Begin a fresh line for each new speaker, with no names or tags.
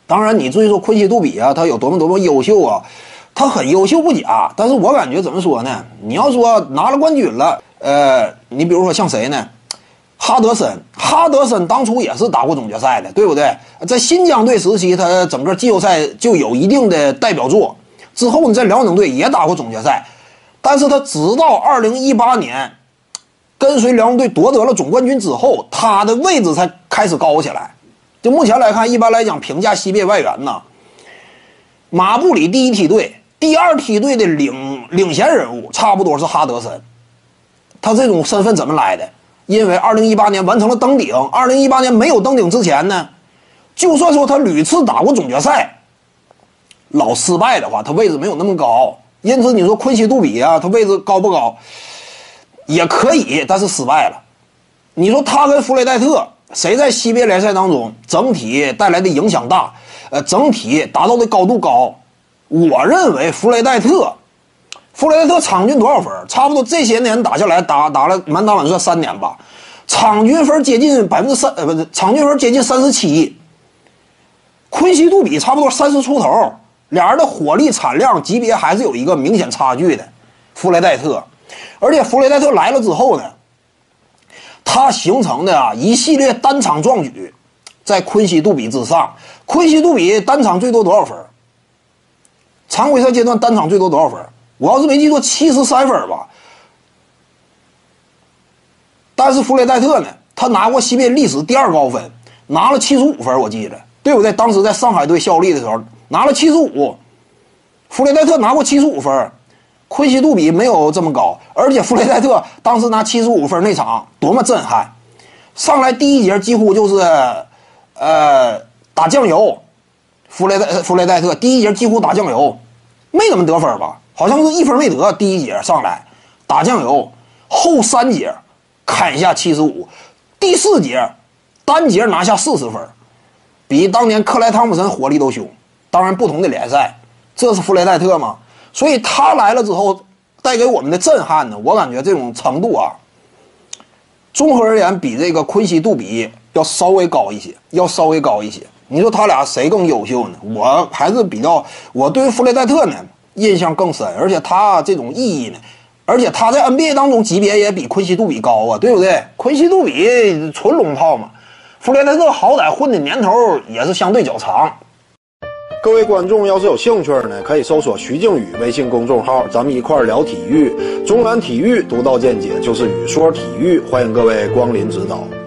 当然，你至于说昆西杜比啊，他有多么优秀啊，他很优秀不假。但是我感觉怎么说呢？你要说拿了冠军了，你比如说像谁呢？哈德森当初也是打过总决赛的，对不对？在新疆队时期，他整个季后赛就有一定的代表作。之后你在辽宁队也打过总决赛，但是他直到2018年跟随辽宁队夺得了总冠军之后，他的位置才开始高起来。就目前来看，一般来讲评价西边外援呢，马布里第一梯队、第二梯队的领衔人物差不多是哈德森。他这种身份怎么来的？因为2018年完成了登顶，2018年没有登顶之前呢，就算说他屡次打过总决赛，老失败的话，他位置没有那么高。因此你说昆西杜比啊，他位置高不高？也可以，但是失败了。你说他跟弗雷戴特谁在西边联赛当中整体带来的影响大？整体达到的高度高？我认为弗雷戴特场均多少分？差不多这些年打下来，打了满打满算3年吧，场均分接近3%，不是场均分接近37。昆西杜比差不多30出头，俩人的火力产量级别还是有一个明显差距的。弗雷戴特，而且弗雷戴特来了之后呢，他形成的一系列单场壮举，在昆西杜比之上。昆西杜比单场最多多少分？常规赛阶段单场最多多少分？我要是没记错，73分吧。但是弗雷戴特呢，他拿过西边历史第2高分，拿了75分，我记得对不对？当时在上海队效力的时候拿了75，弗雷戴特拿过75分，昆西杜比没有这么高。而且弗雷戴特当时拿75分那场多么震撼，上来第一节几乎就是打酱油。弗雷戴特第一节几乎打酱油，没怎么得分吧，好像是1分没得。第一节上来打酱油，后3节砍下75，第4节单节拿下40分，比当年克莱汤普森火力都凶。当然不同的联赛，这是弗雷戴特嘛，所以他来了之后带给我们的震撼呢，我感觉这种程度啊，综合而言比这个昆西杜比要稍微高一些。你说他俩谁更优秀呢？我还是我对弗雷戴特呢印象更深，而且他这种意义呢，而且他在 NBA 当中级别也比昆西杜比高啊，对不对？昆西杜比纯龙套嘛，弗雷戴特好歹混的年头也是相对较长。
各位观众要是有兴趣呢，可以搜索徐静宇微信公众号，咱们一块聊体育。中南体育独到见解就是语说体育，欢迎各位光临指导。